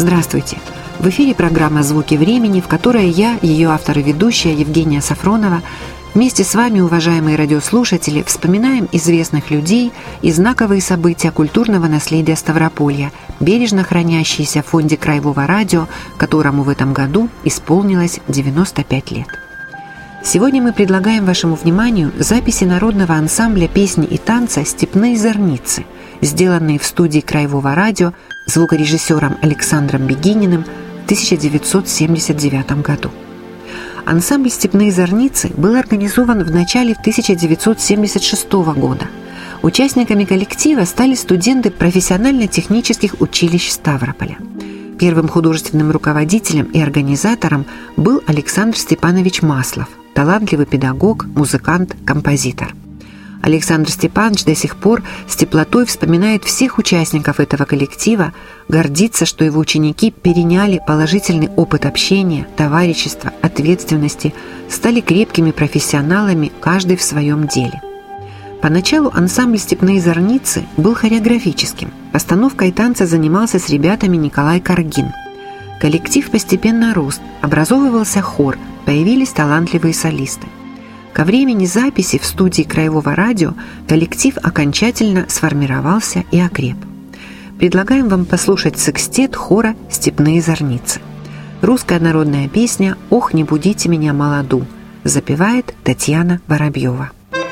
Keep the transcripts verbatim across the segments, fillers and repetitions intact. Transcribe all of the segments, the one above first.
Здравствуйте! В эфире программа «Звуки времени», в которой я, ее автор и ведущая Евгения Сафронова, вместе с вами, уважаемые радиослушатели, вспоминаем известных людей и знаковые события культурного наследия Ставрополья, бережно хранящиеся в фонде Краевого радио, которому в этом году исполнилось девяносто пять лет. Сегодня мы предлагаем вашему вниманию записи народного ансамбля песни и танца «Степные зорницы», сделанные в студии Краевого радио звукорежиссером Александром Бегининым в тысяча девятьсот семьдесят девятом году. Ансамбль «Степные зорницы» был организован в начале тысяча девятьсот семьдесят шестого года. Участниками коллектива стали студенты профессионально-технических училищ Ставрополя. Первым художественным руководителем и организатором был Александр Степанович Маслов, талантливый педагог, музыкант, композитор. Александр Степанович до сих пор с теплотой вспоминает всех участников этого коллектива, гордится, что его ученики переняли положительный опыт общения, товарищества, ответственности, стали крепкими профессионалами, каждый в своем деле. Поначалу ансамбль «Степные зорницы» был хореографическим. Постановкой танца занимался с ребятами Николай Каргин. Коллектив постепенно рос, образовывался хор, появились талантливые солисты. Ко времени записи в студии Краевого радио коллектив окончательно сформировался и окреп. Предлагаем вам послушать секстет хора «Степные зорницы». Русская народная песня «Ох, не будите меня, молоду» запевает Татьяна Воробьева.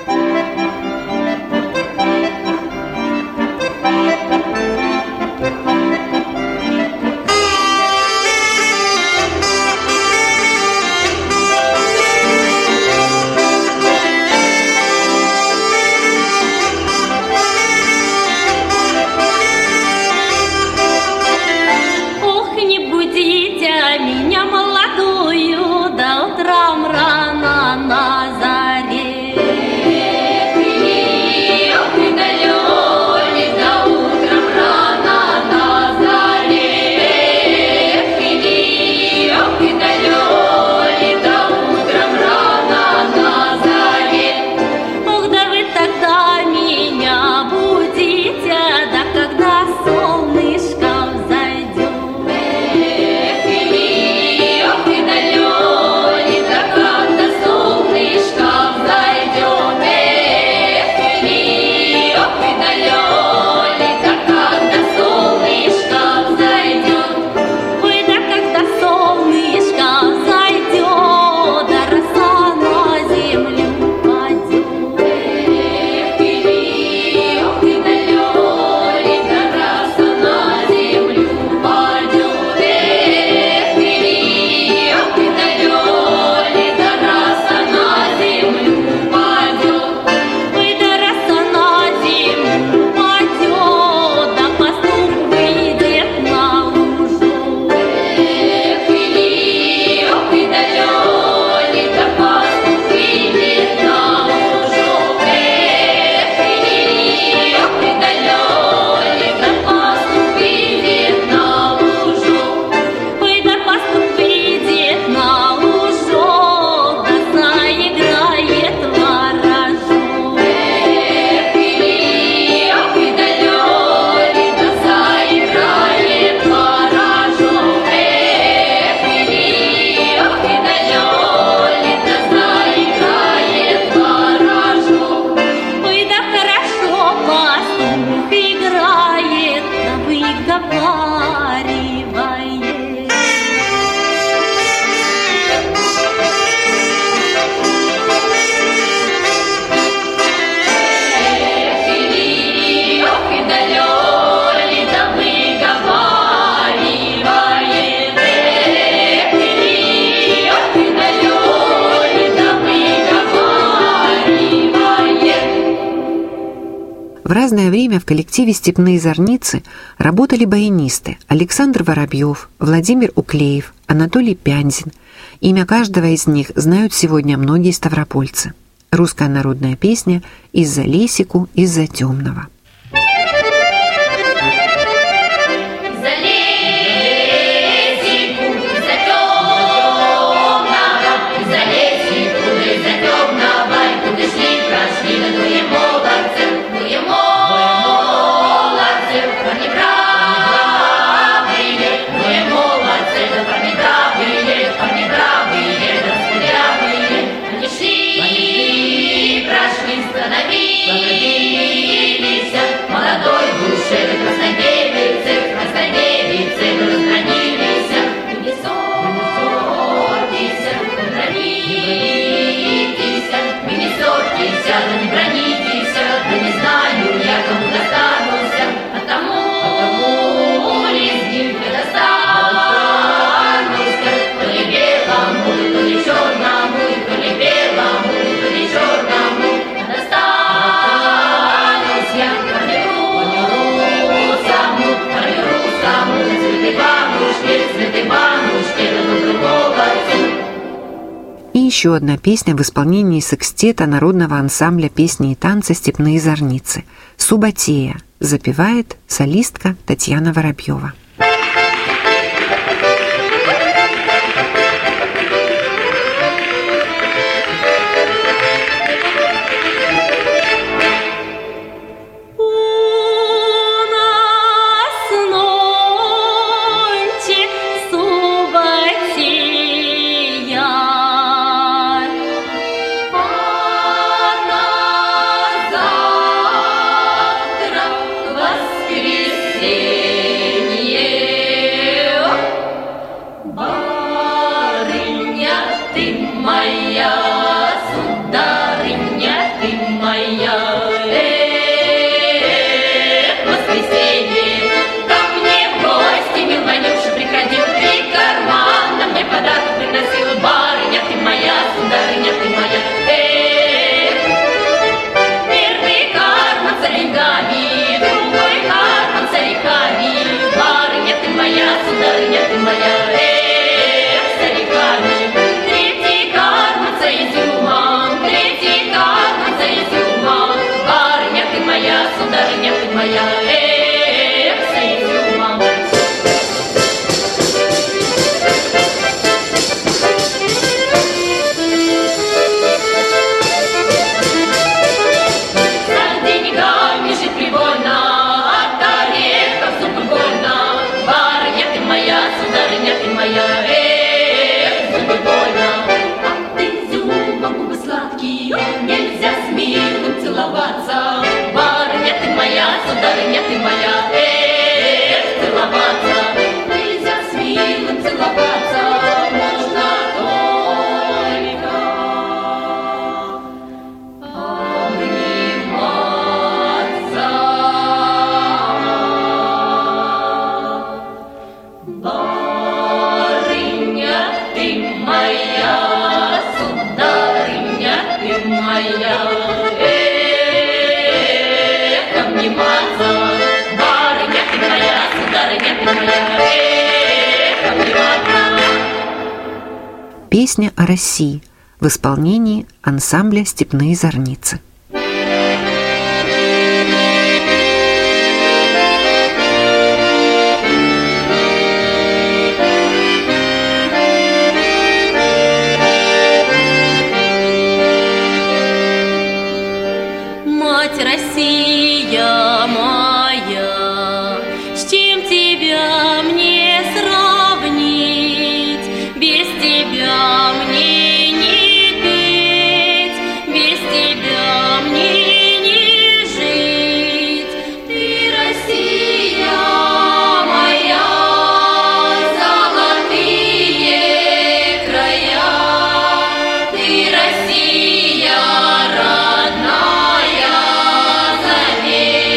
В разное время в коллективе «Степные зорницы» работали баянисты Александр Воробьев, Владимир Уклеев, Анатолий Пянзин. Имя каждого из них знают сегодня многие ставропольцы. Русская народная песня «Из-за лесику, из-за темного». Молодцы, они правы, еще одна песня в исполнении секстета народного ансамбля песни и танца «Степные зорницы». «Субботея» запевает солистка Татьяна Воробьева. Песня о России в исполнении ансамбля «Степные зорницы». Мать Россия моя, с чем тебя мне сравнить? Без тебя мне не петь, без тебя мне не жить. Ты, Россия моя, золотые края, ты, Россия родная, заветная.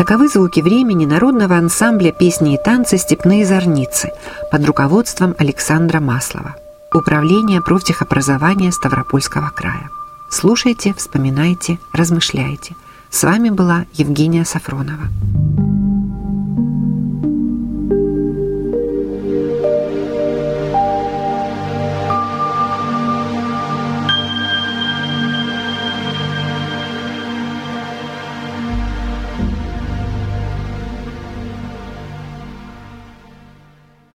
Таковы звуки времени народного ансамбля песни и танцы «Степные зорницы» под руководством Александра Маслова. Управление профтехобразования Ставропольского края. Слушайте, вспоминайте, размышляйте. С вами была Евгения Сафронова.